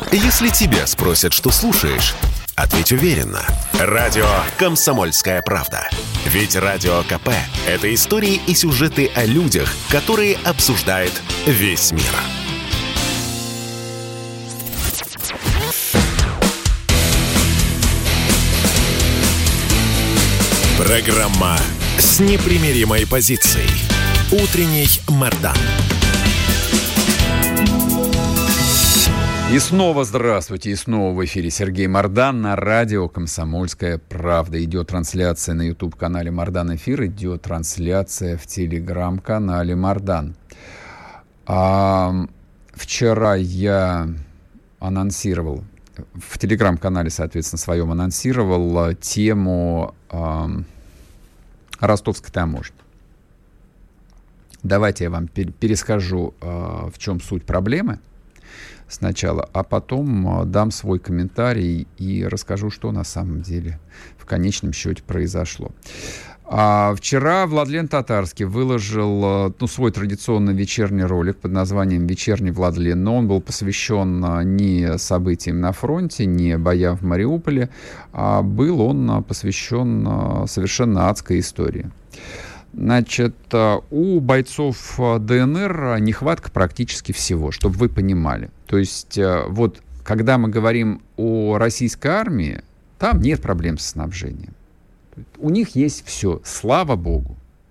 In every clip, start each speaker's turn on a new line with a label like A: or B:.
A: Если тебя спросят, что слушаешь, ответь уверенно. Радио «Комсомольская правда». Ведь Радио КП – это истории и сюжеты о людях, которые обсуждает весь мир. Программа с непримиримой позицией. Утренний Мардан.
B: И снова здравствуйте, и снова в эфире Сергей Мардан на радио «Комсомольская правда». Идет трансляция на YouTube-канале «Мардан Эфир», идет трансляция в Telegram-канале «Мардан». Вчера я анонсировал, в Telegram-канале, соответственно, своем анонсировал тему ростовской таможни. Давайте я вам перескажу, в чем суть проблемы сначала, а потом дам свой комментарий и расскажу, что на самом деле в конечном счете произошло. Вчера Владлен Татарский выложил свой традиционный вечерний ролик под названием «Вечерний Владлен», но он был посвящен не событиям на фронте, не боям в Мариуполе, а был он посвящен совершенно адской истории. Значит, у бойцов ДНР нехватка практически всего, чтобы вы понимали. То есть, вот, когда мы говорим о российской армии, там нет проблем со снабжением. У них есть все, слава богу.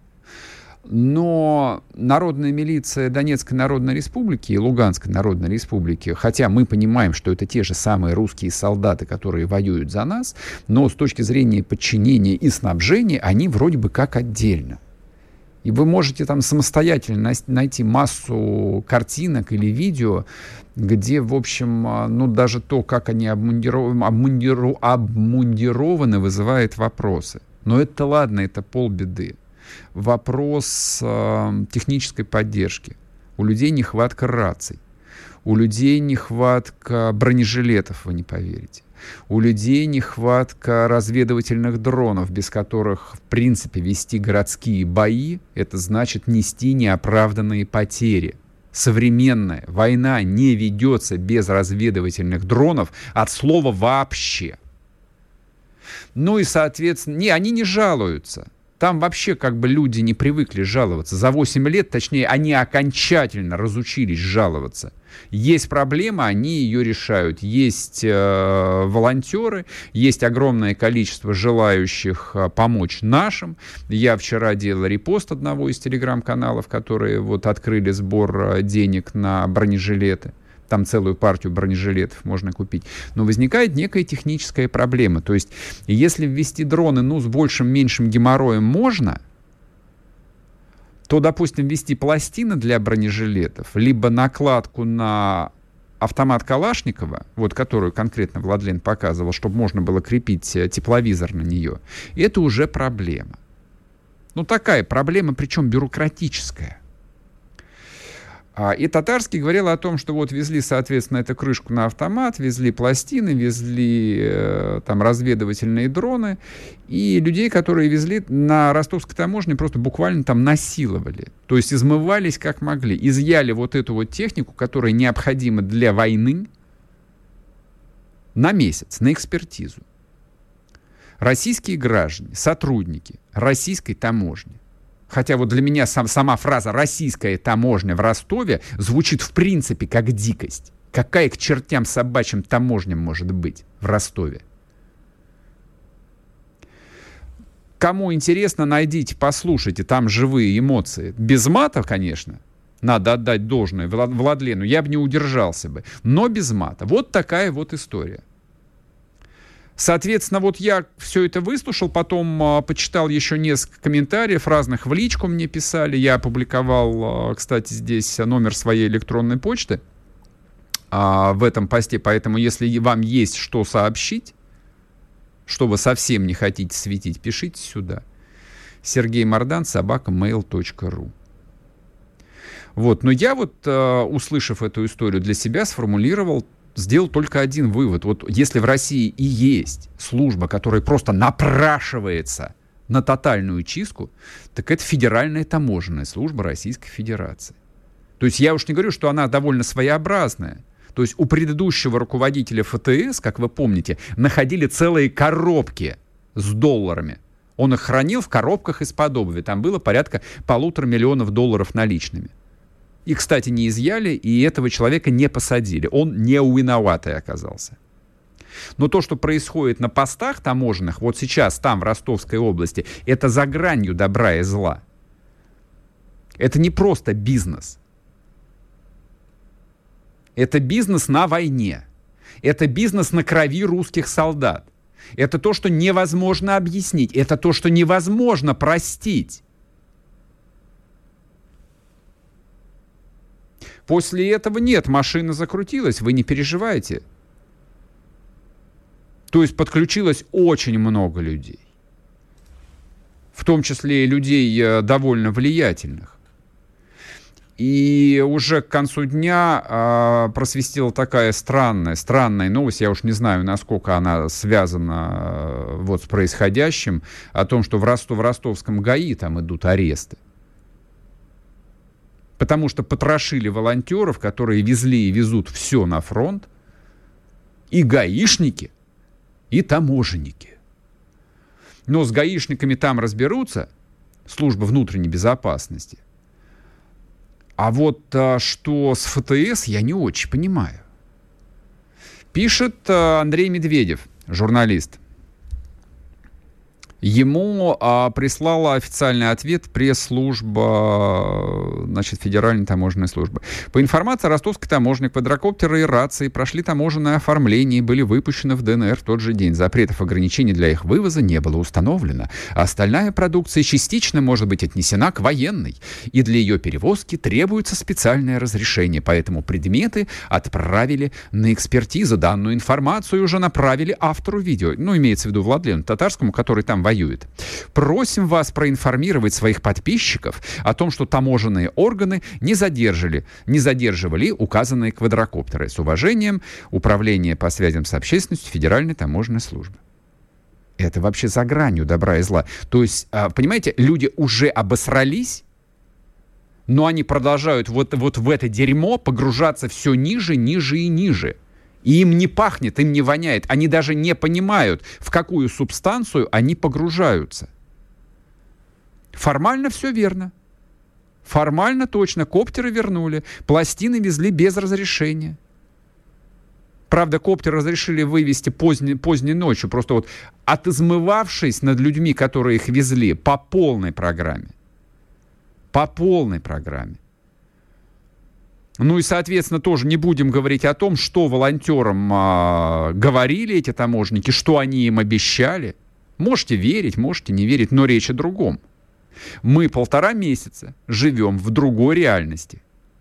B: Но народная милиция Донецкой Народной Республики и Луганской Народной Республики, хотя мы понимаем, что это те же самые русские солдаты, которые воюют за нас, но с точки зрения подчинения и снабжения они вроде бы как отдельно. И вы можете там самостоятельно найти массу картинок или видео, где, в общем, даже то, как они обмундированы, вызывает вопросы. Но это ладно, это полбеды. Вопрос технической поддержки. У людей нехватка раций. У людей нехватка бронежилетов, вы не поверите. У людей нехватка разведывательных дронов, без которых, в принципе, вести городские бои, это значит нести неоправданные потери. Современная война не ведется без разведывательных дронов от слова «вообще». Ну и, соответственно, они не жалуются. Там вообще как бы люди не привыкли жаловаться. За 8 лет, точнее, они окончательно разучились жаловаться. Есть проблема, они ее решают. Есть волонтеры, есть огромное количество желающих помочь нашим. Я вчера делал репост одного из телеграм-каналов, которые вот открыли сбор денег на бронежилеты. Там целую партию бронежилетов можно купить. Но возникает некая техническая проблема. То есть, если ввести дроны, с большим-меньшим геморроем можно, то, допустим, ввести пластины для бронежилетов, либо накладку на автомат Калашникова, вот которую конкретно Владлен показывал, чтобы можно было крепить тепловизор на нее, это уже проблема. Такая проблема, причем бюрократическая. И Татарский говорил о том, что вот везли, соответственно, эту крышку на автомат, везли пластины, везли там разведывательные дроны, и людей, которые везли на ростовской таможне, просто буквально там насиловали. То есть измывались как могли, изъяли вот эту вот технику, которая необходима для войны, на месяц, на экспертизу. Российские граждане, сотрудники российской таможни. Хотя вот для меня сама фраза «российская таможня в Ростове» звучит в принципе как дикость. Какая к чертям собачьим таможня может быть в Ростове? Кому интересно, найдите, послушайте, там живые эмоции. Без мата, конечно, надо отдать должное Владлену, я бы не удержался бы, но без мата. Вот такая вот история. Соответственно, вот я все это выслушал, потом почитал еще несколько комментариев разных, в личку мне писали. Я опубликовал, кстати, здесь номер своей электронной почты в этом посте, поэтому если вам есть что сообщить, что вы совсем не хотите светить, пишите сюда. sergeymordan@mail.ru. Вот, но я вот, услышав эту историю для себя, сделал только один вывод. Вот если в России и есть служба, которая просто напрашивается на тотальную чистку, так это Федеральная таможенная служба Российской Федерации. То есть я уж не говорю, что она довольно своеобразная. То есть у предыдущего руководителя ФТС, как вы помните, находили целые коробки с долларами. Он их хранил в коробках из-под обуви. Там было порядка $1,5 миллиона наличными. И, кстати, не изъяли, и этого человека не посадили. Он не виноватый оказался. Но то, что происходит на постах таможенных, вот сейчас там, в Ростовской области, это за гранью добра и зла. Это не просто бизнес. Это бизнес на войне. Это бизнес на крови русских солдат. Это то, что невозможно объяснить. Это то, что невозможно простить. После этого нет, машина закрутилась, вы не переживайте. То есть подключилось очень много людей. В том числе и людей довольно влиятельных. И уже к концу дня просвистела такая странная новость, я уж не знаю, насколько она связана вот с происходящим, о том, что в Ростовском ГАИ там идут аресты. Потому что потрошили волонтеров, которые везли и везут все на фронт, и гаишники, и таможенники. Но с гаишниками там разберутся, служба внутренней безопасности. А вот что с ФТС, я не очень понимаю. Пишет Андрей Медведев, журналист. Ему прислала официальный ответ пресс-служба, значит, Федеральной таможенной службы. По информации ростовской таможни, квадрокоптеры и рации прошли таможенное оформление и были выпущены в ДНР в тот же день. Запретов ограничений для их вывоза не было установлено. А остальная продукция частично может быть отнесена к военной. И для ее перевозки требуется специальное разрешение. Поэтому предметы отправили на экспертизу. Данную информацию уже направили автору видео. Ну, имеется в виду Владлену Татарскому, который там воюет. Просим вас проинформировать своих подписчиков о том, что таможенные органы не задерживали указанные квадрокоптеры. С уважением, Управление по связям с общественностью Федеральной таможенной службы. Это вообще за гранью добра и зла. То есть, понимаете, люди уже обосрались, но они продолжают вот в это дерьмо погружаться все ниже, ниже и ниже. И им не пахнет, им не воняет. Они даже не понимают, в какую субстанцию они погружаются. Формально все верно. Формально точно. Коптеры вернули. Пластины везли без разрешения. Правда, коптер разрешили вывести поздней ночью. Просто вот отизмывавшись над людьми, которые их везли, по полной программе. По полной программе. Ну и, соответственно, тоже не будем говорить о том, что волонтерам говорили эти таможенники, что они им обещали. Можете верить, можете не верить, но речь о другом. Мы 1,5 месяца живем в другой реальности,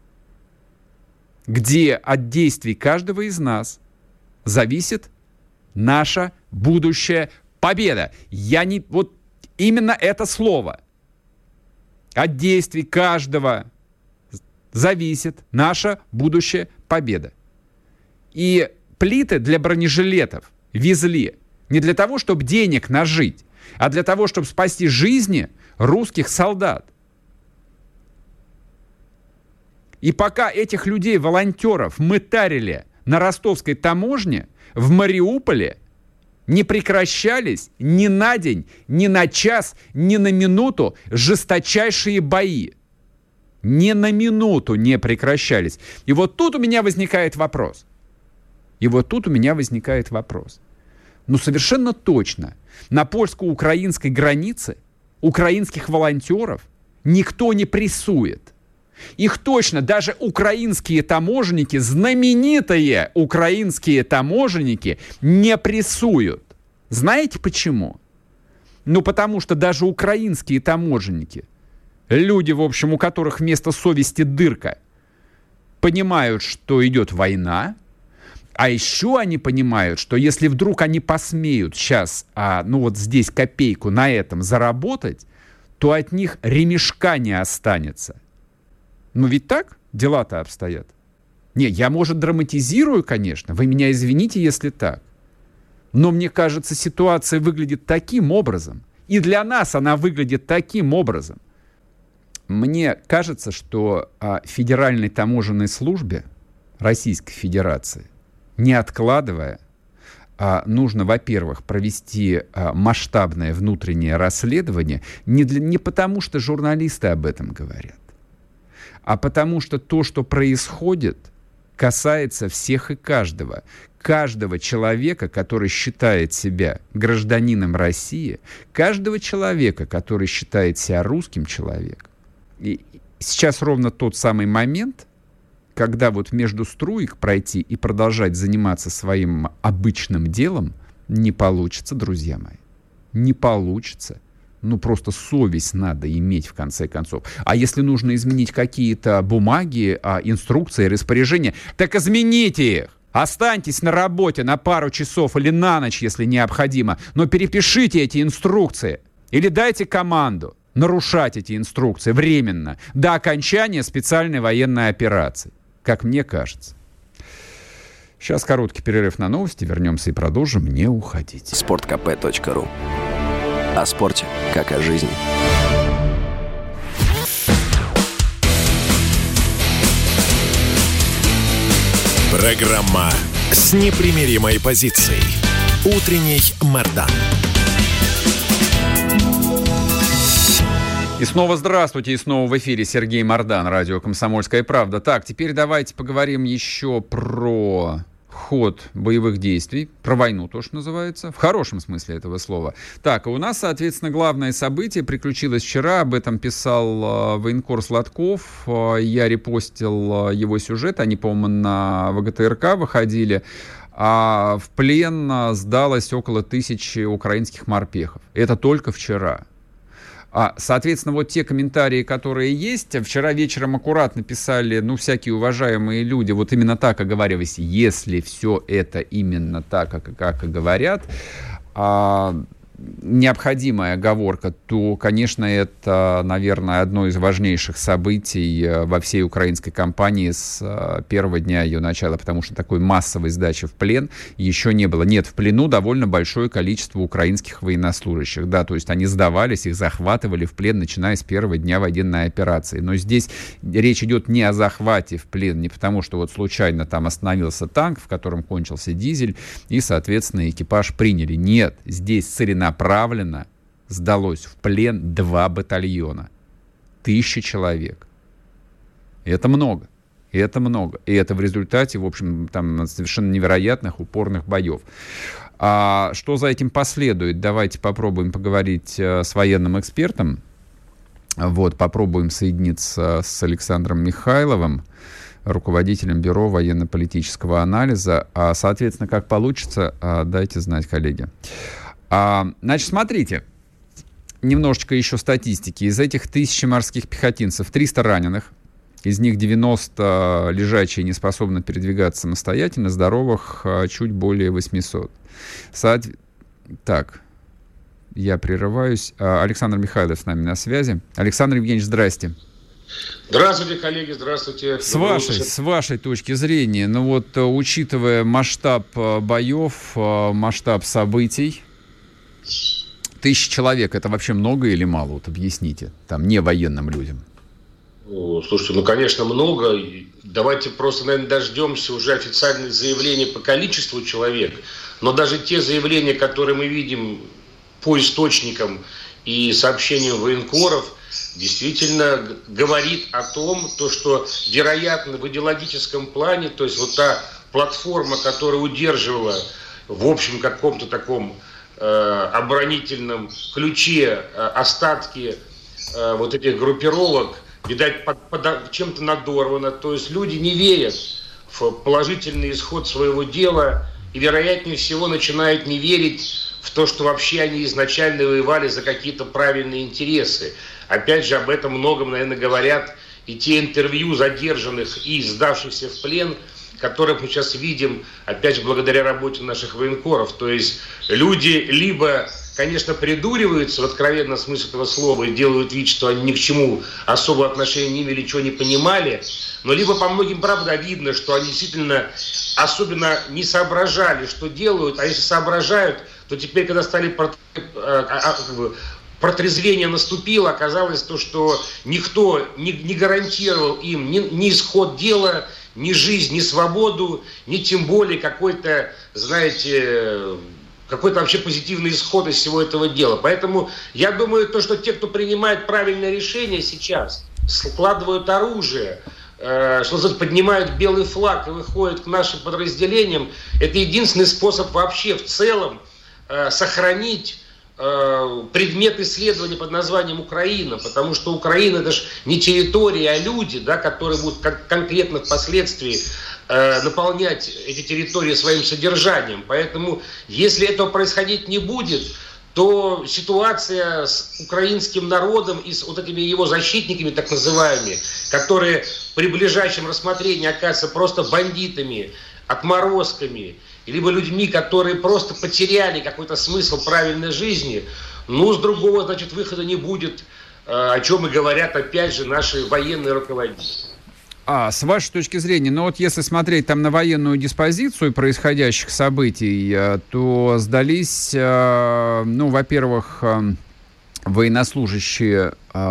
B: где от действий каждого из нас зависит наша будущая победа. Вот именно это слово. От действий каждого зависит наша будущая победа. И плиты для бронежилетов везли не для того, чтобы денег нажить, а для того, чтобы спасти жизни русских солдат. И пока этих людей, волонтеров, мытарили на ростовской таможне, в Мариуполе не прекращались ни на день, ни на час, ни на минуту жесточайшие бои. Ни на минуту не прекращались. И вот тут у меня возникает вопрос. Ну, совершенно точно, на польско-украинской границе украинских волонтеров никто не прессует. Их точно даже украинские таможенники, знаменитые украинские таможенники, не прессуют. Знаете почему? Ну, потому что даже украинские таможенники, люди, в общем, у которых вместо совести дырка, понимают, что идет война, а еще они понимают, что если вдруг они посмеют сейчас, вот здесь копейку на этом заработать, то от них ремешка не останется. Ну ведь так дела-то обстоят. Не, я, может, драматизирую, конечно, вы меня извините, если так. Но мне кажется, ситуация выглядит таким образом. И для нас она выглядит таким образом. Мне кажется, что Федеральной таможенной службе Российской Федерации, не откладывая, нужно, во-первых, провести масштабное внутреннее расследование не потому, что журналисты об этом говорят, а потому что то, что происходит, касается всех и каждого. Каждого человека, который считает себя гражданином России, каждого человека, который считает себя русским человеком. И сейчас ровно тот самый момент, когда вот между струек пройти и продолжать заниматься своим обычным делом не получится, друзья мои. Не получится. Ну, просто совесть надо иметь, в конце концов. А если нужно изменить какие-то бумаги, инструкции, распоряжения, так измените их. Останьтесь на работе на пару часов или на ночь, если необходимо, но перепишите эти инструкции. Или дайте команду нарушать эти инструкции временно до окончания специальной военной операции, как мне кажется. Сейчас короткий перерыв на новости. Вернемся и продолжим. Не уходите.
C: sportkp.ru. О спорте, как о жизни.
A: Программа с непримиримой позицией. Утренний Мардан.
B: И снова здравствуйте, и снова в эфире Сергей Мардан, радио «Комсомольская правда». Так, теперь давайте поговорим еще про ход боевых действий, про войну, то, что называется, в хорошем смысле этого слова. Так, у нас, соответственно, главное событие приключилось вчера, об этом писал военкор Сладков, я репостил его сюжет, они, по-моему, на ВГТРК выходили, а в плен сдалось около 1000 украинских морпехов. Это только вчера. Соответственно, вот те комментарии, которые есть, вчера вечером аккуратно писали, всякие уважаемые люди, вот именно так оговариваясь, если все это именно так, как и говорят, необходимая оговорка, то, конечно, это, наверное, одно из важнейших событий во всей украинской кампании с первого дня ее начала, потому что такой массовой сдачи в плен еще не было. Нет, в плену довольно большое количество украинских военнослужащих, да, то есть они сдавались, их захватывали в плен, начиная с первого дня военной операции. Но здесь речь идет не о захвате в плен, не потому что вот случайно там остановился танк, в котором кончился дизель, и, соответственно, экипаж приняли. Нет, здесь целенаправленно сдалось в плен 2 батальона. 1000 человек. Это много. И это много. И это в результате, в общем, там совершенно невероятных упорных боев. А что за этим последует? Давайте попробуем поговорить с военным экспертом. Вот, попробуем соединиться с Александром Михайловым, руководителем Бюро военно-политического анализа. Соответственно, как получится, дайте знать, коллеги. Значит, смотрите, немножечко еще статистики. Из этих 1000 морских пехотинцев 300 раненых, из них 90 лежачие, не способны передвигаться самостоятельно, здоровых чуть более 800. Так, я прерываюсь. Александр Михайлов с нами на связи. Александр Евгеньевич, здрасте.
D: Здравствуйте, коллеги, здравствуйте.
B: С вашей точки зрения, учитывая масштаб боев, масштаб событий, 1000 человек — это вообще много или мало? Вот объясните, там, не военным людям.
D: Слушайте, конечно, много. Давайте просто, наверное, дождемся уже официальных заявлений по количеству человек. Но даже те заявления, которые мы видим по источникам и сообщениям военкоров, действительно говорит о том, что, вероятно, в идеологическом плане, то есть вот та платформа, которая удерживала в общем каком-то таком оборонительном ключе остатки вот этих группировок, видать, чем-то надорвано. То есть люди не верят в положительный исход своего дела и, вероятнее всего, начинают не верить в то, что вообще они изначально воевали за какие-то правильные интересы. Опять же, об этом многом, наверное, говорят и те интервью задержанных и сдавшихся в плен, которые мы сейчас видим, опять же, благодаря работе наших военкоров. То есть люди либо, конечно, придуриваются в откровенном смысле этого слова и делают вид, что они ни к чему особого отношения не имели, ничего не понимали, но либо по многим, правда, видно, что они действительно особенно не соображали, что делают, а если соображают, то теперь, когда стали протрезвение наступило, оказалось то, что никто не гарантировал им ни исход дела, ни жизнь, ни свободу, ни тем более какой-то, знаете, какой-то вообще позитивный исход из всего этого дела. Поэтому я думаю, что те, кто принимает правильное решение сейчас, складывают оружие, поднимают белый флаг и выходят к нашим подразделениям, это единственный способ вообще в целом сохранить предмет исследования под названием Украина, потому что Украина — это же не территория, а люди, да, которые будут конкретно впоследствии наполнять эти территории своим содержанием. Поэтому, если этого происходить не будет, то ситуация с украинским народом и с вот этими его защитниками, так называемыми, которые при ближайшем рассмотрении окажутся просто бандитами, отморозками, либо людьми, которые просто потеряли какой-то смысл правильной жизни, с другого, значит, выхода не будет, о чем и говорят, опять же, наши военные руководители.
B: С вашей точки зрения, если смотреть там на военную диспозицию происходящих событий, то сдались, во-первых, военнослужащие,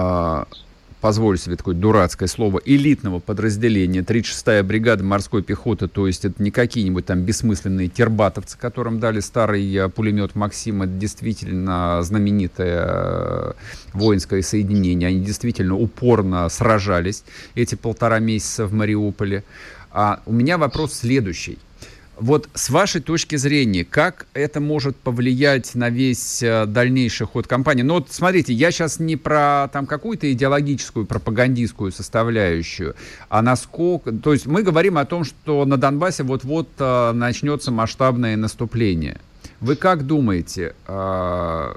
B: позволю себе такое дурацкое слово, элитного подразделения, 36-я бригада морской пехоты, то есть это не какие-нибудь там бессмысленные тербатовцы, которым дали старый пулемет «Максим», это действительно знаменитое воинское соединение, они действительно упорно сражались эти 1,5 месяца в Мариуполе. У меня вопрос следующий. Вот с вашей точки зрения, как это может повлиять на весь дальнейший ход кампании? Смотрите, я сейчас не про там какую-то идеологическую, пропагандистскую составляющую, а насколько... То есть мы говорим о том, что на Донбассе вот-вот начнется масштабное наступление. Вы как думаете, это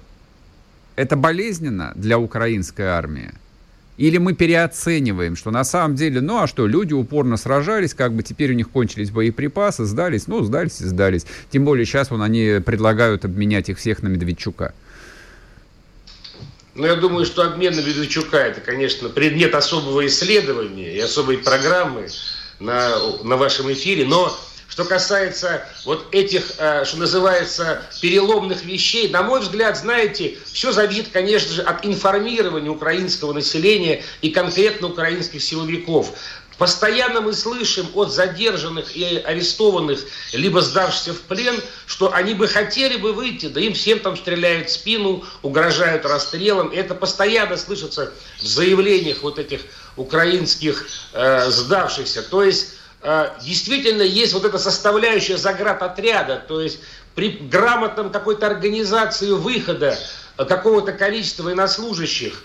B: болезненно для украинской армии? Или мы переоцениваем, что на самом деле, люди упорно сражались, теперь у них кончились боеприпасы, сдались и сдались. Тем более сейчас они предлагают обменять их всех на Медведчука.
D: Я думаю, что обмен на Медведчука — это, конечно, предмет особого исследования и особой программы на вашем эфире, но что касается вот этих, что называется, переломных вещей, на мой взгляд, знаете, все зависит, конечно же, от информирования украинского населения и конкретно украинских силовиков. Постоянно мы слышим от задержанных и арестованных, либо сдавшихся в плен, что они бы хотели бы выйти, да им всем там стреляют в спину, угрожают расстрелом. И это постоянно слышится в заявлениях вот этих украинских сдавшихся. То есть действительно есть вот эта составляющая заградотряда, то есть при грамотном какой-то организации выхода какого-то количества военнослужащих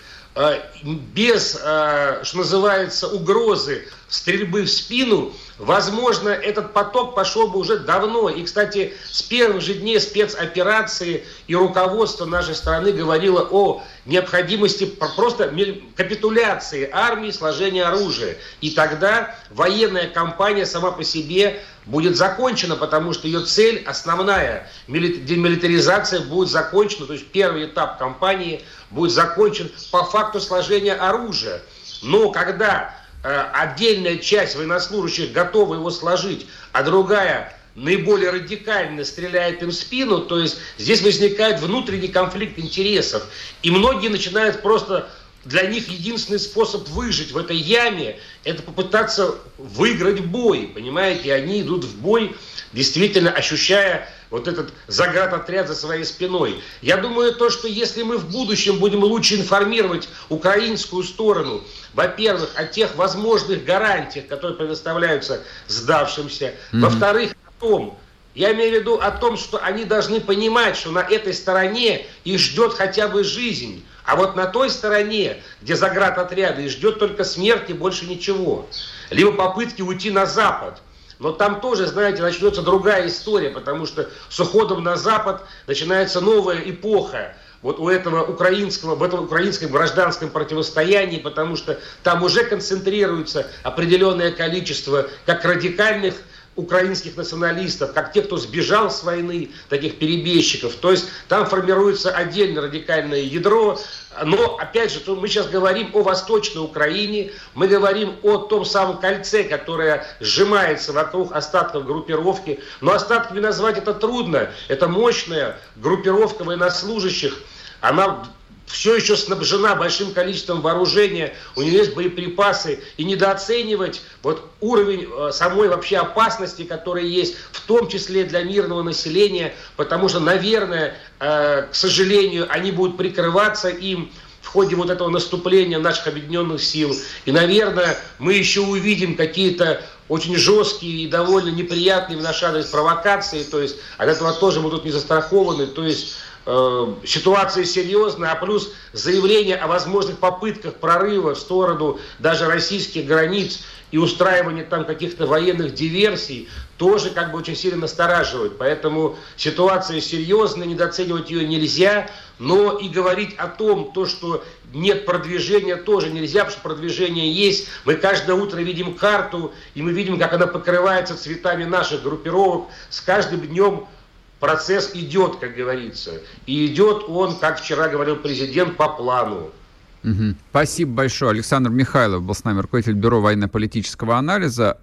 D: без, что называется, угрозы стрельбы в спину, возможно, этот поток пошел бы уже давно. И, кстати, с первых же дней спецоперации и руководство нашей страны говорило о необходимости просто капитуляции армии, сложения оружия. И тогда военная кампания сама по себе будет закончена, потому что ее цель основная, демилитаризация, будет закончена, то есть первый этап кампании будет закончен по факту сложения оружия. Но когда отдельная часть военнослужащих готова его сложить, а другая наиболее радикально стреляет им в спину, то есть здесь возникает внутренний конфликт интересов. И многие начинают просто... Для них единственный способ выжить в этой яме – это попытаться выиграть бой, понимаете? И они идут в бой, действительно ощущая вот этот заградотряд за своей спиной. Я думаю, что если мы в будущем будем лучше информировать украинскую сторону, во-первых, о тех возможных гарантиях, которые предоставляются сдавшимся, во-вторых, о том, я имею в виду о том, что они должны понимать, что на этой стороне их ждет хотя бы жизнь. А вот на той стороне, где заградотряды, их ждет только смерть и больше ничего. Либо попытки уйти на Запад. Но там тоже, знаете, начнется другая история, потому что с уходом на Запад начинается новая эпоха вот в этом украинском гражданском противостоянии, потому что там уже концентрируется определенное количество как радикальных украинских националистов, как те, кто сбежал с войны, таких перебежчиков. То есть там формируется отдельно радикальное ядро. Но, опять же, мы сейчас говорим о Восточной Украине, мы говорим о том самом кольце, которое сжимается вокруг остатков группировки. Но остатками назвать это трудно. Это мощная группировка военнослужащих. Она все еще снабжена большим количеством вооружения, у нее есть боеприпасы, и недооценивать вот уровень самой вообще опасности, которая есть, в том числе для мирного населения, потому что, наверное, к сожалению, они будут прикрываться им в ходе вот этого наступления наших объединенных сил. И, наверное, мы еще увидим какие-то очень жесткие и довольно неприятные в наш адрес провокации, то есть от этого тоже мы тут не застрахованы, то есть ситуация серьезная, а плюс заявление о возможных попытках прорыва в сторону даже российских границ и устраивания там каких-то военных диверсий тоже как бы очень сильно настораживает. Поэтому ситуация серьезная, недооценивать ее нельзя, но и говорить о том, что нет продвижения, тоже нельзя, потому что продвижение есть. Мы каждое утро видим карту, и мы видим, как она покрывается цветами наших группировок. С каждым днем процесс идет, как говорится. И идет он, как вчера говорил президент, по плану.
B: Угу. Спасибо большое. Александр Михайлов был с нами, руководитель Бюро военно-политического анализа.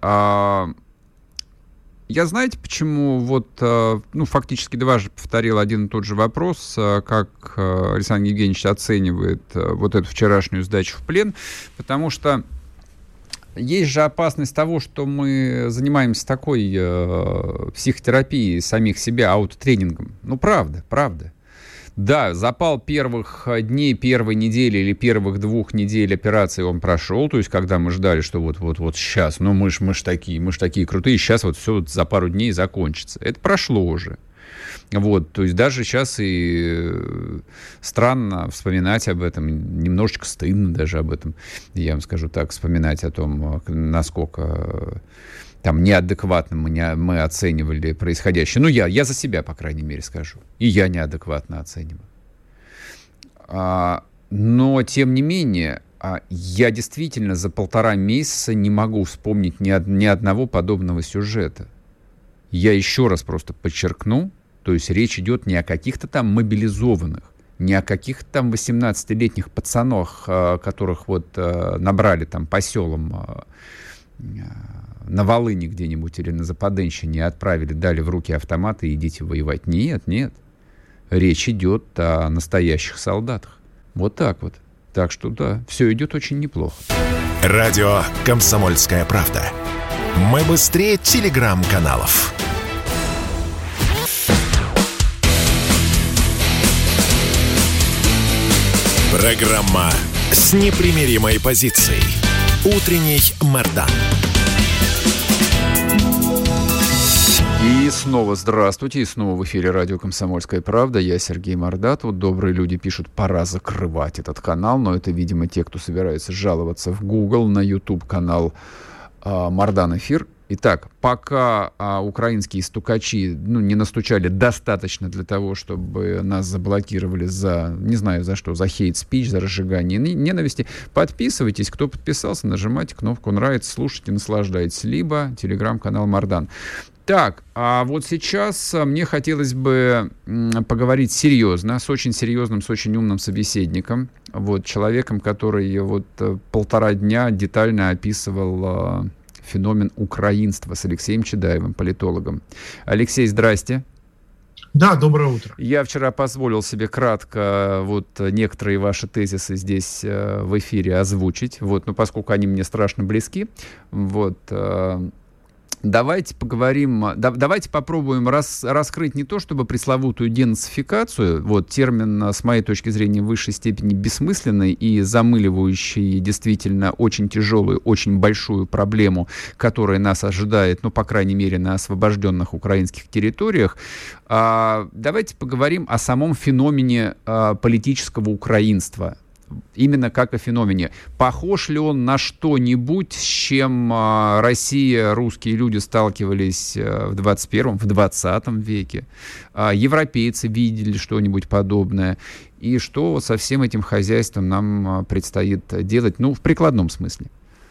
B: Я, знаете, почему фактически дважды повторил один и тот же вопрос, как Александр Евгеньевич оценивает вот эту вчерашнюю сдачу в плен, потому что есть же опасность того, что мы занимаемся такой психотерапией самих себя, аутотренингом. Правда. Да, запал первых дней, первой недели или первых 2 недель операции он прошел, то есть когда мы ждали, что вот сейчас, мы ж такие крутые, сейчас вот все за пару дней закончится. Это прошло уже. То есть даже сейчас и странно вспоминать об этом, немножечко стыдно даже об этом, я вам скажу так, вспоминать о том, насколько там неадекватно мы оценивали происходящее. Я за себя, по крайней мере, скажу. И я неадекватно оцениваю. Но, тем не менее, я действительно за 1,5 месяца не могу вспомнить ни одного подобного сюжета. Я еще раз просто подчеркну, то есть речь идет не о каких-то там мобилизованных, не о каких-то там 18-летних пацанах, которых набрали там по селам на Волыни где-нибудь или на Западенщине, отправили, дали в руки автоматы и идите воевать. Нет. Речь идет о настоящих солдатах. Вот так вот. Так что да, все идет очень неплохо.
A: Радио «Комсомольская правда». Мы быстрее телеграм-каналов. Программа с непримиримой позицией. Утренний Мардан.
B: И снова здравствуйте, и снова в эфире радио «Комсомольская правда». Я Сергей Мордат. Добрые люди пишут, пора закрывать этот канал, но это, видимо, те, кто собирается жаловаться в Google, на YouTube-канал Мардан Эфир. Итак, пока украинские стукачи не настучали достаточно для того, чтобы нас заблокировали не знаю за что, за хейт-спич, за разжигание ненависти, подписывайтесь. Кто подписался, нажимайте кнопку «Нравится», слушайте, наслаждайтесь. Либо телеграм-канал Мардан. Так, а вот сейчас мне хотелось бы поговорить серьезно, с очень серьезным, с очень умным собеседником, человеком, который 1,5 дня детально описывал феномен украинства, с Алексеем Чедаевым, политологом. Алексей, здрасте.
E: Да, доброе утро.
B: Я вчера позволил себе кратко некоторые ваши тезисы здесь в эфире озвучить, поскольку они мне страшно близки. Давайте поговорим, давайте попробуем раскрыть не то чтобы пресловутую денацификацию, термин, с моей точки зрения, в высшей степени бессмысленный и замыливающий действительно очень тяжелую, очень большую проблему, которая нас ожидает, по крайней мере, на освобожденных украинских территориях. Давайте поговорим о самом феномене политического украинства. Именно как о феномене. Похож ли он на что-нибудь, с чем Россия, русские люди сталкивались в 21-м, в 20 веке? Европейцы видели что-нибудь подобное? И что со всем этим хозяйством нам предстоит делать, в прикладном смысле?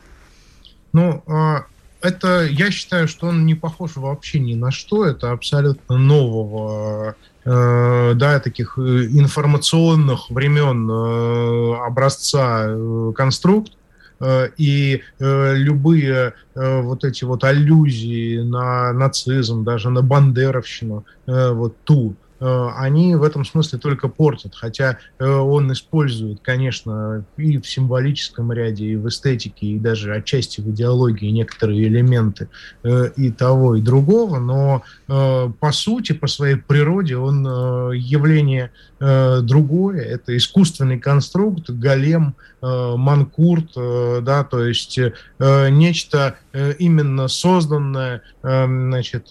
E: Это, я считаю, что он не похож вообще ни на что. Это абсолютно нового, таких информационных времен образца конструкт. И любые эти аллюзии на нацизм, даже на бандеровщину, ту они в этом смысле только портят, хотя он использует, конечно, и в символическом ряде, и в эстетике, и даже отчасти в идеологии некоторые элементы и того, и другого, но по сути, по своей природе он явление другое, это искусственный конструкт, голем, манкурт, да, то есть нечто именно созданное, значит,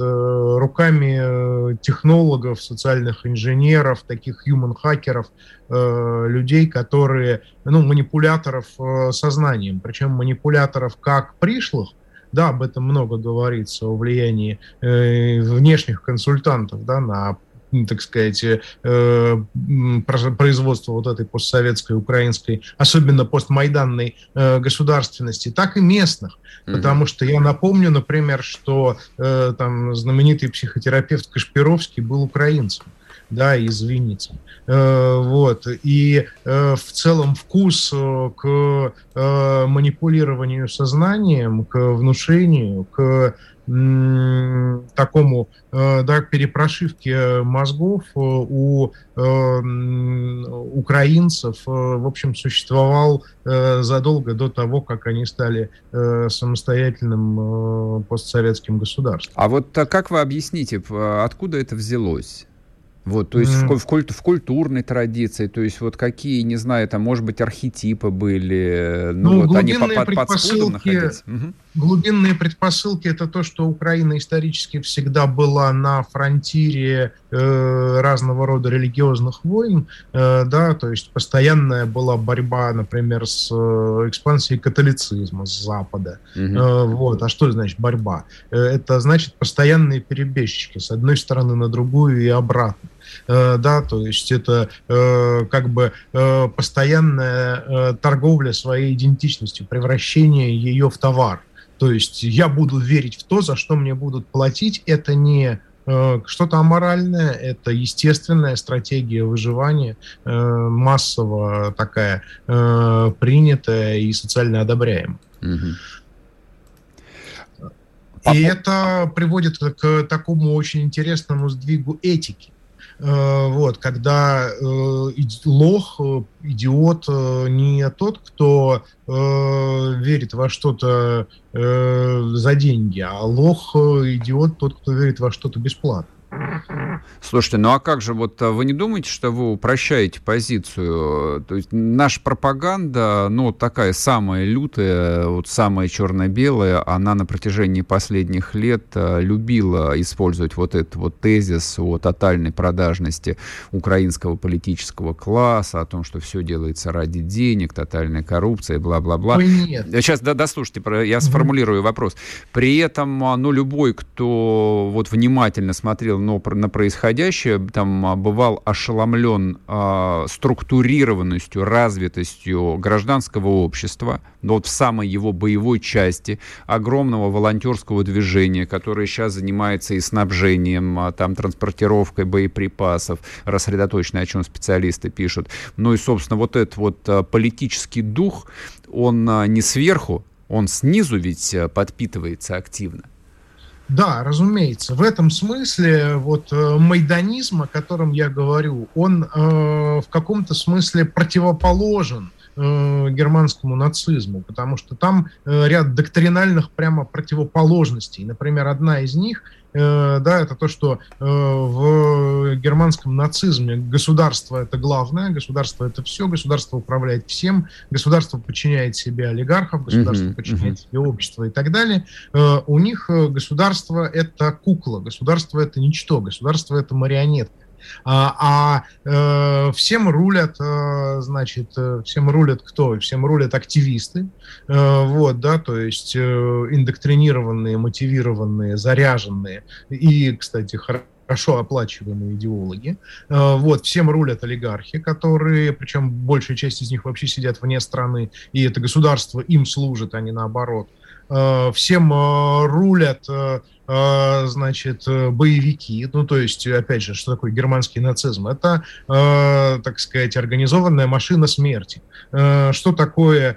E: руками технологов, социальных инженеров, таких human-хакеров, людей, которые, манипуляторов сознанием, причем манипуляторов как пришлых, да, об этом много говорится, о влиянии внешних консультантов, да, на, так сказать, производство вот этой постсоветской, украинской, особенно постмайданной государственности, так и местных. Потому что я напомню, например, что там знаменитый психотерапевт Кашпировский был украинцем, да, из Винницы. Вот. И в целом вкус к манипулированию сознанием, к внушению, к такому, да, перепрошивке мозгов у украинцев, в общем, существовал задолго до того, как они стали самостоятельным постсоветским государством.
B: А вот как вы объясните, откуда это взялось? Вот, то есть в культурной традиции, то есть вот какие, не знаю, там, может быть, архетипы были, вот они под спудом находились.
E: Глубинные предпосылки — это то, что Украина исторически всегда была на фронтире разного рода религиозных войн, да, то есть постоянная была борьба, например, с экспансией католицизма с Запада. Вот. А что значит борьба? Это значит постоянные перебежчики с одной стороны на другую и обратно. Да, то есть это как бы постоянная торговля своей идентичностью, превращение ее в товар. То есть я буду верить в то, за что мне будут платить. Это не что-то аморальное, это естественная стратегия выживания, массово такая принятая и социально одобряемая. И это приводит к такому очень интересному сдвигу этики. Вот, когда лох, идиот не тот, кто верит во что-то за деньги, а лох, идиот тот, кто верит во что-то бесплатно.
B: Слушайте, ну а как же, вот вы не думаете, что вы упрощаете позицию? То есть наша пропаганда, такая самая лютая, вот самая черно-белая, она на протяжении последних лет любила использовать вот этот вот тезис о тотальной продажности украинского политического класса, о том, что все делается ради денег, тотальная коррупция, бла-бла-бла.
E: Ой, нет.
B: Сейчас дослушайте, я сформулирую вопрос. При этом, любой, кто вот внимательно смотрел на происходящее, там бывал ошеломлен структурированностью, развитостью гражданского общества, вот в самой его боевой части, огромного волонтерского движения, которое сейчас занимается и снабжением, там, транспортировкой боеприпасов, рассредоточено, о чем специалисты пишут. Ну и, собственно, вот этот вот политический дух, он не сверху, он снизу ведь подпитывается активно.
E: Да, разумеется. В этом смысле вот майданизм, о котором я говорю, он в каком-то смысле противоположен германскому нацизму, потому что там ряд доктринальных прямо противоположностей. Например, одна из них, да, это то, что в германском нацизме государство — это главное, государство — это все, государство управляет всем, государство подчиняет себе олигархов, государство подчиняет себе общество и так далее. У них государство — это кукла, государство — это ничто, государство — это марионетка. Всем рулят, значит, всем рулят кто? Всем рулят активисты, вот, да, то есть индоктринированные, мотивированные, заряженные и, кстати, хорошо оплачиваемые идеологи. Вот, всем рулят олигархи, которые, причем большая часть из них вообще сидят вне страны, и это государство им служит, а не наоборот. Всем рулят значит, боевики, ну, то есть, опять же, что такое германский нацизм? Это, так сказать, организованная машина смерти. Что такое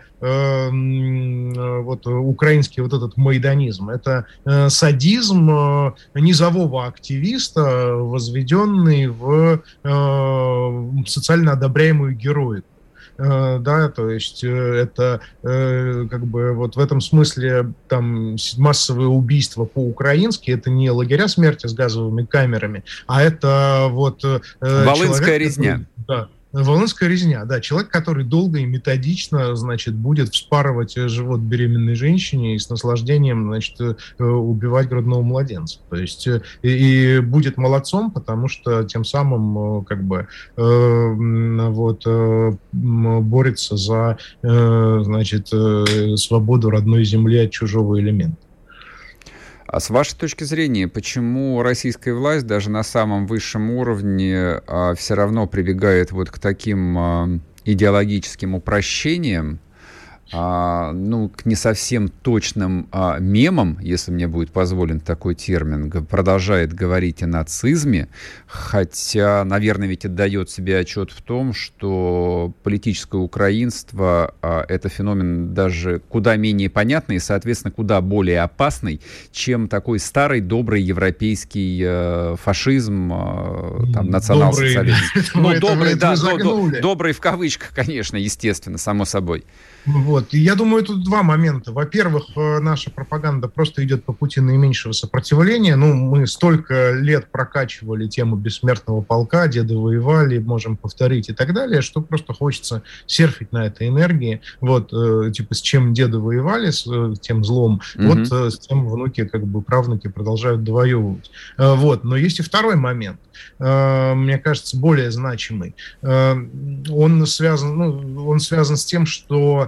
E: вот украинский вот этот майданизм? Это садизм низового активиста, возведенный в социально одобряемую героику. Да, то есть это как бы вот в этом смысле там массовые убийства по-украински, это не лагеря смерти с газовыми камерами, а это вот
B: Волынская резня.
E: Да. Волынская резня, да, человек, который долго и методично, значит, будет вспарывать живот беременной женщине и с наслаждением, значит, убивать грудного младенца. То есть и будет молодцом, потому что тем самым как бы вот борется за, значит, свободу родной земли от чужого элемента.
B: А с вашей точки зрения, почему российская власть даже на самом высшем уровне все равно прибегает вот к таким идеологическим упрощениям, ну, к не совсем точным мемам, если мне будет позволен такой термин, продолжает говорить о нацизме, хотя, наверное, ведь отдает себе отчет в том, что политическое украинство — это феномен даже куда менее понятный и, соответственно, куда более опасный, чем такой старый, добрый европейский фашизм, там, национал-социализм. Ну, добрый, да, добрый в кавычках, конечно, естественно, само собой.
E: Вот. И я думаю, тут два момента. Во-первых, наша пропаганда просто идет по пути наименьшего сопротивления. Ну, мы столько лет прокачивали тему бессмертного полка, деды воевали, можем повторить и так далее, что просто хочется серфить на этой энергии. Вот, типа, с чем деды воевали, с тем злом, вот с тем внуки, как бы, правнуки продолжают довоевывать. Вот. Но есть и второй момент, мне кажется, более значимый. Он связан с тем, что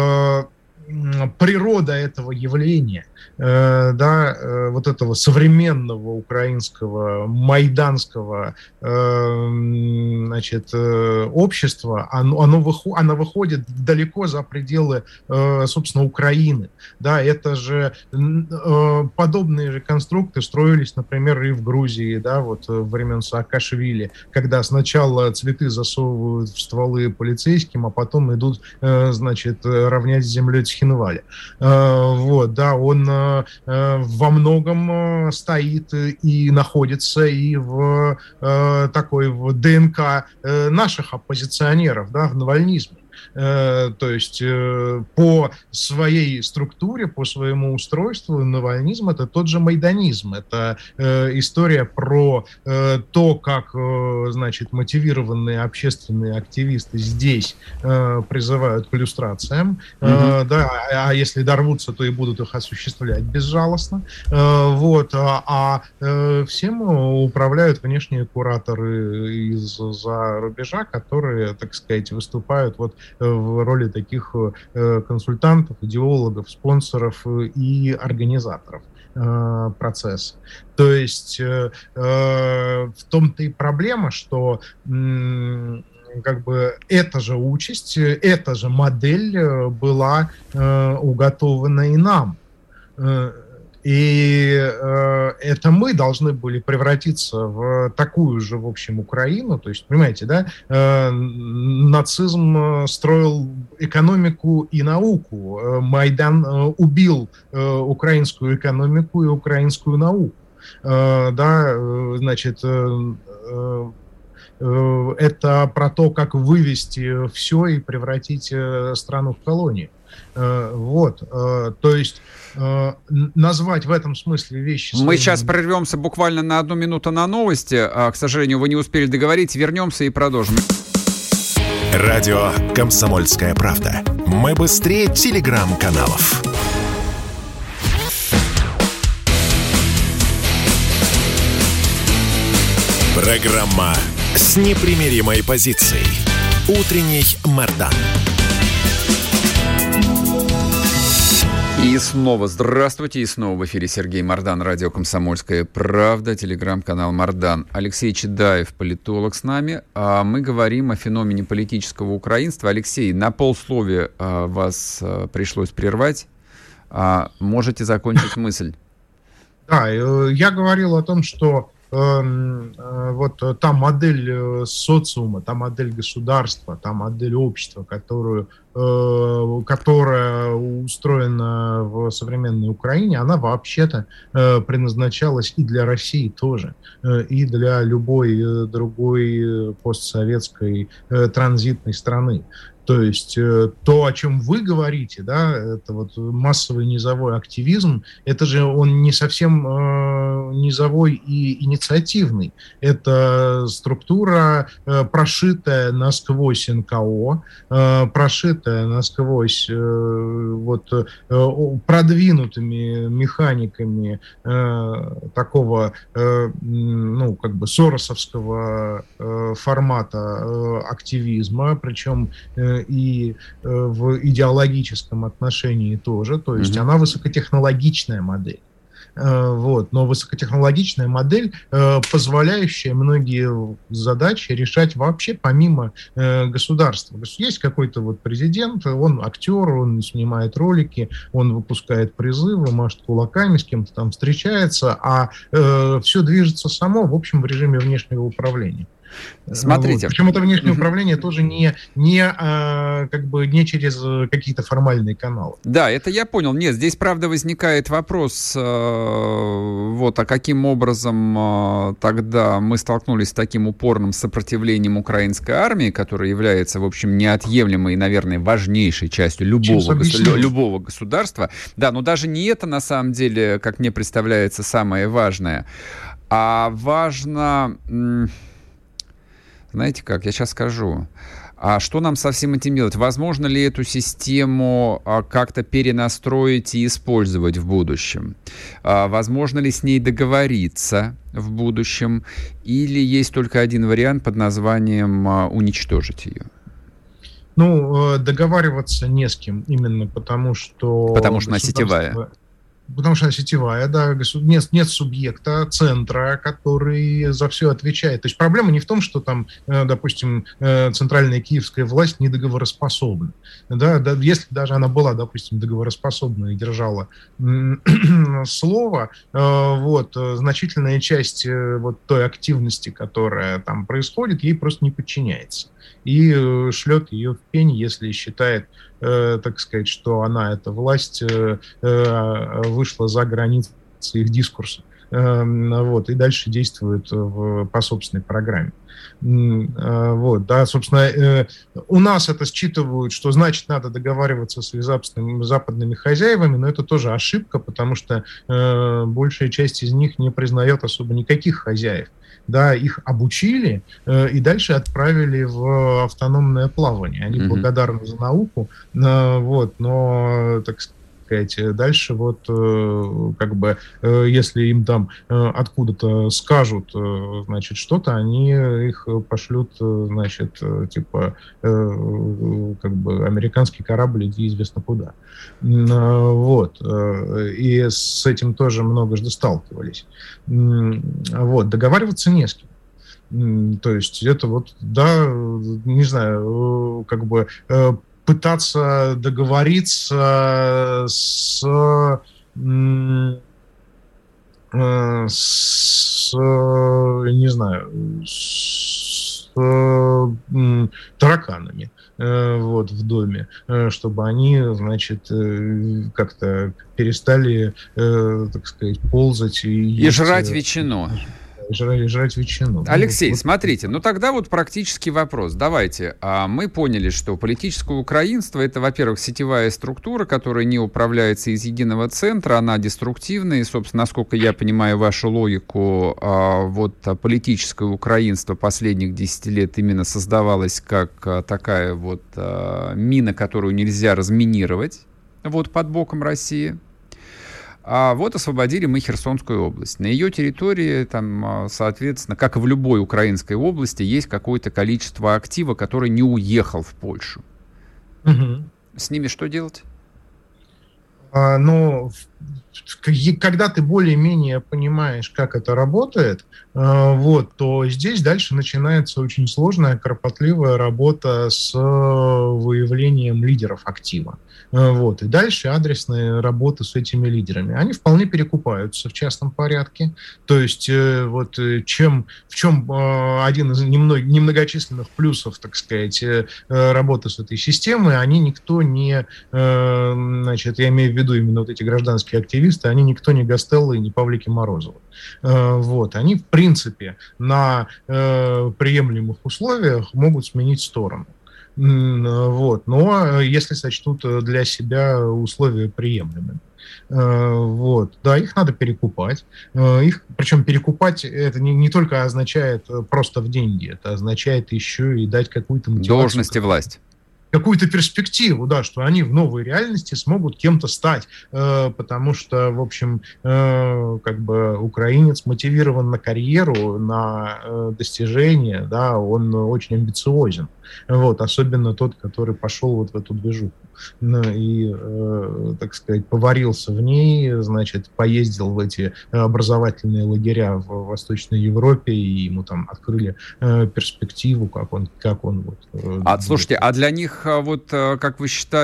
E: природа этого явления, да, вот этого современного украинского майданского, значит, общества, она выходит далеко за пределы, собственно, Украины. Да, это же подобные же конструкты строились, например, и в Грузии, да, вот во времен Саакашвили, когда сначала цветы засовывают в стволы полицейским, а потом идут, значит, равнять с землей Цхинваля. Вот, да, он во многом стоит и находится и в такой в ДНК наших оппозиционеров, да, в навальнизме. То есть по своей структуре, по своему устройству навальнизм — это тот же майданизм. Это история про то, как, значит, мотивированные общественные активисты здесь призывают к люстрациям, да, а если дорвутся, то и будут их осуществлять безжалостно. Вот, всем управляют внешние кураторы из-за рубежа, которые, так сказать, выступают вот в роли таких консультантов, идеологов, спонсоров и организаторов процесса. То есть в том-то и проблема, что как бы эта же участь, эта же модель была уготована и нам. И это мы должны были превратиться в такую же, в общем, Украину. То есть, понимаете, да, нацизм строил экономику и науку. Майдан убил украинскую экономику и украинскую науку. Да, значит, это про то, как вывести все и превратить страну в колонию. Вот, то есть назвать в этом смысле вещи...
B: Мы сейчас прервемся буквально на 1 минуту на новости. К сожалению, вы не успели договорить. Вернемся и продолжим.
A: Радио «Комсомольская правда». Мы быстрее телеграм-каналов. Программа с непримиримой позицией. Утренний Мардан.
B: И снова здравствуйте, и снова в эфире Сергей Мардан, радио «Комсомольская правда», телеграм-канал Мардан. Алексей Чедаев, политолог, с нами. Мы говорим о феномене политического украинства. Алексей, на полсловия вас пришлось прервать. Можете закончить мысль?
E: Да, я говорил о том, что вот та модель социума, та модель государства, та модель общества, которая устроена в современной Украине, она вообще-то предназначалась и для России тоже, и для любой другой постсоветской транзитной страны. То есть то, о чем вы говорите, да, это вот массовый низовой активизм, это же он не совсем низовой и инициативный. Это структура, прошитая насквозь НКО, прошитая насквозь продвинутыми механиками такого, ну, как бы соросовского формата активизма, причем и в идеологическом отношении тоже, то есть она высокотехнологичная модель. Вот. Но высокотехнологичная модель, позволяющая многие задачи решать вообще помимо государства. Есть какой-то вот президент, он актер, он снимает ролики, он выпускает призывы, машет кулаками, с кем-то там встречается, а все движется само, в общем, в режиме внешнего управления.
B: Смотрите.
E: Вот. Причем это внешнее управление тоже не через какие-то формальные каналы.
B: Да, это я понял. Нет, здесь, правда, возникает вопрос, а каким образом тогда мы столкнулись с таким упорным сопротивлением украинской армии, которая является, в общем, неотъемлемой и, наверное, важнейшей частью любого государства. Да, но даже не это, на самом деле, как мне представляется, самое важное. А важно... Знаете как, я сейчас скажу. А что нам со всем этим делать? Возможно ли эту систему как-то перенастроить и использовать в будущем? Возможно ли с ней договориться в будущем? Или есть только один вариант под названием уничтожить ее?
E: Ну, договариваться не с кем, именно потому что...
B: Потому что она сетевая.
E: Потому что она сетевая, да, нет субъекта, центра, который за все отвечает. То есть проблема не в том, что там, допустим, центральная киевская власть недоговороспособна. Да, если даже она была, допустим, договороспособна и держала слово, значительная часть вот той активности, которая там происходит, ей просто не подчиняется. И шлет ее в пень, если считает, так сказать, что она, эта власть, вышла за границы их дискурса. И дальше действует по собственной программе. Собственно, у нас это считывают, что значит надо договариваться с западными хозяевами, но это тоже ошибка, потому что большая часть из них не признает особо никаких хозяев. Да, их обучили и дальше отправили в автономное плавание. Они благодарны за науку, но, так сказать, дальше если им там откуда-то скажут, значит, что-то, они их пошлют, значит, американский корабль, иди известно куда. И с этим тоже многожды сталкивались. Договариваться не с кем. То есть это не знаю, пытаться договориться с тараканами в доме, чтобы они, значит, как-то перестали, так сказать, ползать и
B: жрать ветчину.
E: Жрать ветчину.
B: Алексей, смотрите, тогда практический вопрос. Давайте. Мы поняли, что политическое украинство — это, во-первых, сетевая структура, которая не управляется из единого центра, она деструктивная, и, собственно, насколько я понимаю вашу логику, политическое украинство последних 10 лет именно создавалось как такая мина, которую нельзя разминировать под боком России. Освободили мы Херсонскую область. На ее территории, там, соответственно, как и в любой украинской области, есть какое-то количество актива, который не уехал в Польшу. С ними что делать?
E: когда ты более-менее понимаешь, как это работает, вот, то здесь дальше начинается очень сложная, кропотливая работа с выявлением лидеров актива. Вот, и дальше адресная работа с этими лидерами. Они вполне перекупаются в частном порядке. То есть вот в чем один из немногочисленных плюсов, так сказать, работы с этой системой, они никто не, значит, я имею в виду именно вот эти гражданские активисты, они никто не Гастелло и не Павлики Морозовы. Вот, они, в принципе, на приемлемых условиях могут сменить сторону. Вот. Но если сочтут для себя условия приемлемыми. Вот. Да, их надо перекупать. Причем перекупать это не только означает просто в деньги, это означает еще и дать какую-то мотивацию.
B: Должность и власть.
E: Какую-то перспективу, да, что они в новой реальности смогут кем-то стать, потому что, в общем, как бы украинец мотивирован на карьеру, на достижения, да, он очень амбициозен, вот, особенно тот, который пошел вот в эту движуху и, так сказать, поварился в ней, значит, поездил в эти образовательные лагеря в Восточной Европе, и ему там открыли перспективу, как он вот.
B: Слушайте, а для них, вот, как вы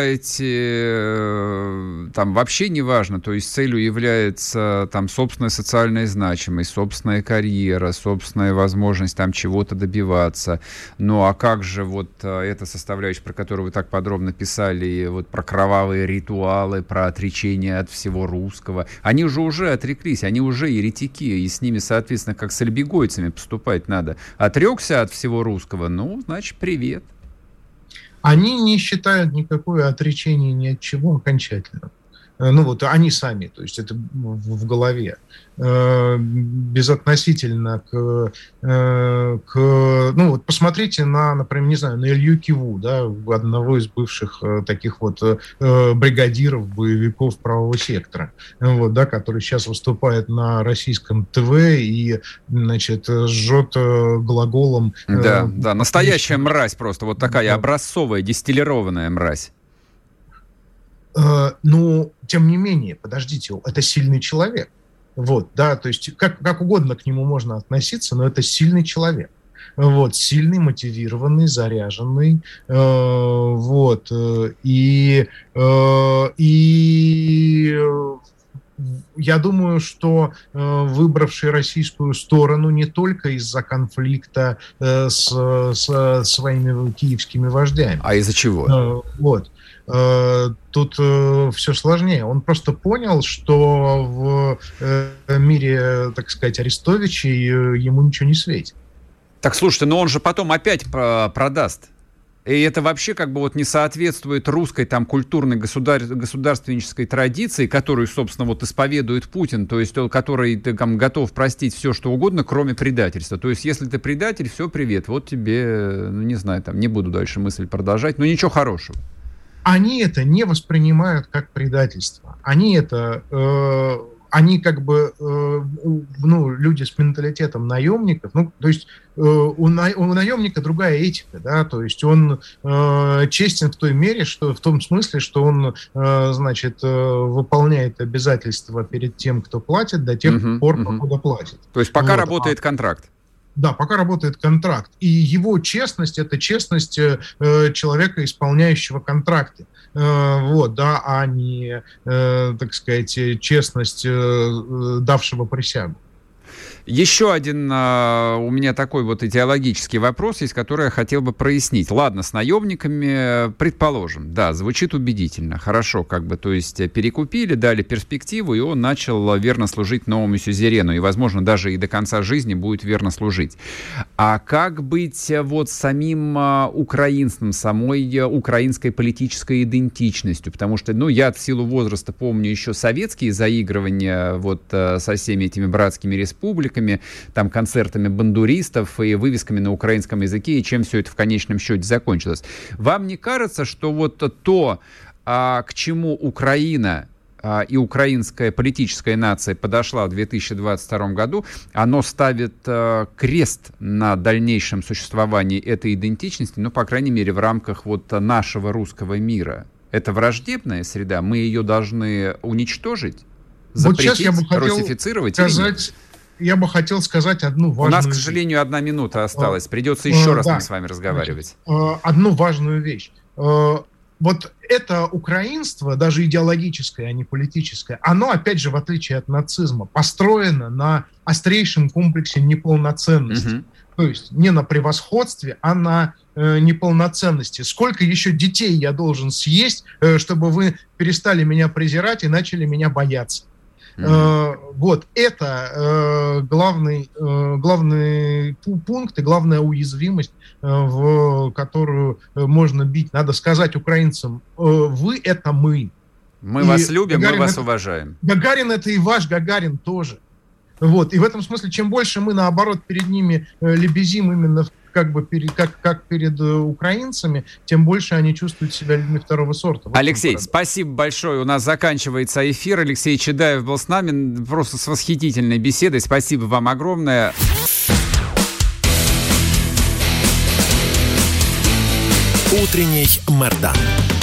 B: считаете, там вообще не важно, то есть целью является там собственная социальная значимость, собственная карьера, собственная возможность там чего-то добиваться. Ну, а как же вот эта составляющая, про которую вы так подробно писали, вот про кровавые ритуалы, про отречение от всего русского. Они же уже отреклись, они уже еретики, и с ними, соответственно, как с альбегойцами поступать надо. Отрекся от всего русского, ну, значит, привет.
E: Они не считают никакое отречение ни от чего окончательным. Ну вот они сами, то есть это в голове. Безотносительно к ну вот посмотрите например, не знаю, на Илью Киву, да, одного из бывших таких вот бригадиров, боевиков правого сектора, вот, да, который сейчас выступает на российском ТВ и, значит, жжет глаголом.
B: Да, настоящая мразь просто, вот такая образцовая, дистиллированная мразь.
E: Но, тем не менее, подождите, это сильный человек. Вот, да, то есть как угодно к нему можно относиться, но это сильный человек. Вот, сильный, мотивированный, заряженный. Вот, и я думаю, что выбравший российскую сторону не только из-за конфликта с своими киевскими вождями.
B: А из-за чего?
E: Вот. Тут все сложнее. Он просто понял, что в мире, так сказать, Арестовичей ему ничего не светит.
B: Так, слушайте, но он же потом опять продаст. И это вообще как бы вот не соответствует русской там культурной государственнической традиции, которую, собственно, вот исповедует Путин, то есть который там готов простить все, что угодно, кроме предательства. То есть если ты предатель, все, привет, вот тебе, ну не знаю, там не буду дальше мысль продолжать, но ничего хорошего.
E: Они это не воспринимают как предательство. Они как бы, ну, люди с менталитетом наемников, ну, то есть у наемника другая этика, да, то есть он честен в той мере, что в том смысле, что он, значит, выполняет обязательства перед тем, кто платит, до тех пор, покуда платит.
B: То есть пока работает контракт.
E: Да, пока работает контракт. И его честность – это честность человека, исполняющего контракты. Вот, да, а не, так сказать, честность давшего присягу.
B: Еще один у меня такой вот идеологический вопрос есть, который я хотел бы прояснить. Ладно, с наемниками, предположим, да, звучит убедительно, хорошо, как бы, то есть перекупили, дали перспективу, и он начал верно служить новому сюзерену, и, возможно, даже и до конца жизни будет верно служить. А как быть вот самим украинством, самой украинской политической идентичностью? Потому что, ну, я в силу возраста помню еще советские заигрывания вот со всеми этими братскими республиками, там, концертами бандуристов и вывесками на украинском языке, и чем все это в конечном счете закончилось. Вам не кажется, что вот то, к чему Украина и украинская политическая нация подошла в 2022 году, оно ставит крест на дальнейшем существовании этой идентичности, ну, по крайней мере, в рамках вот нашего русского мира? Это враждебная среда? Мы ее должны уничтожить? Запретить, русифицировать или нет?
E: Я бы хотел сказать одну важную вещь.
B: У нас, к сожалению, 1 минута осталась. Придется еще раз нам с вами разговаривать.
E: Одну важную вещь. Вот это украинство, даже идеологическое, а не политическое, оно, опять же, в отличие от нацизма, построено на острейшем комплексе неполноценности. То есть не на превосходстве, а на неполноценности. Сколько еще детей я должен съесть, чтобы вы перестали меня презирать и начали меня бояться? Вот это главный пункт и главная уязвимость, в которую можно бить. Надо сказать украинцам: вы — это мы.
B: Мы вас любим, мы вас уважаем.
E: Гагарин — это и ваш Гагарин тоже. Вот. И в этом смысле, чем больше мы, наоборот, перед ними лебезим именно как перед украинцами, тем больше они чувствуют себя людьми второго сорта.
B: Алексей, спасибо большое. У нас заканчивается эфир. Алексей Чедаев был с нами. Просто с восхитительной беседой. Спасибо вам огромное.
A: Утренний Мардан.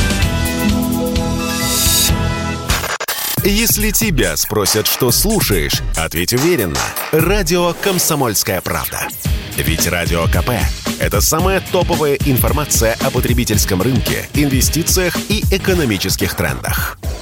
A: Если тебя спросят, что слушаешь, ответь уверенно. Радио «Комсомольская правда». Ведь Радио КП – это самая топовая информация о потребительском рынке, инвестициях и экономических трендах.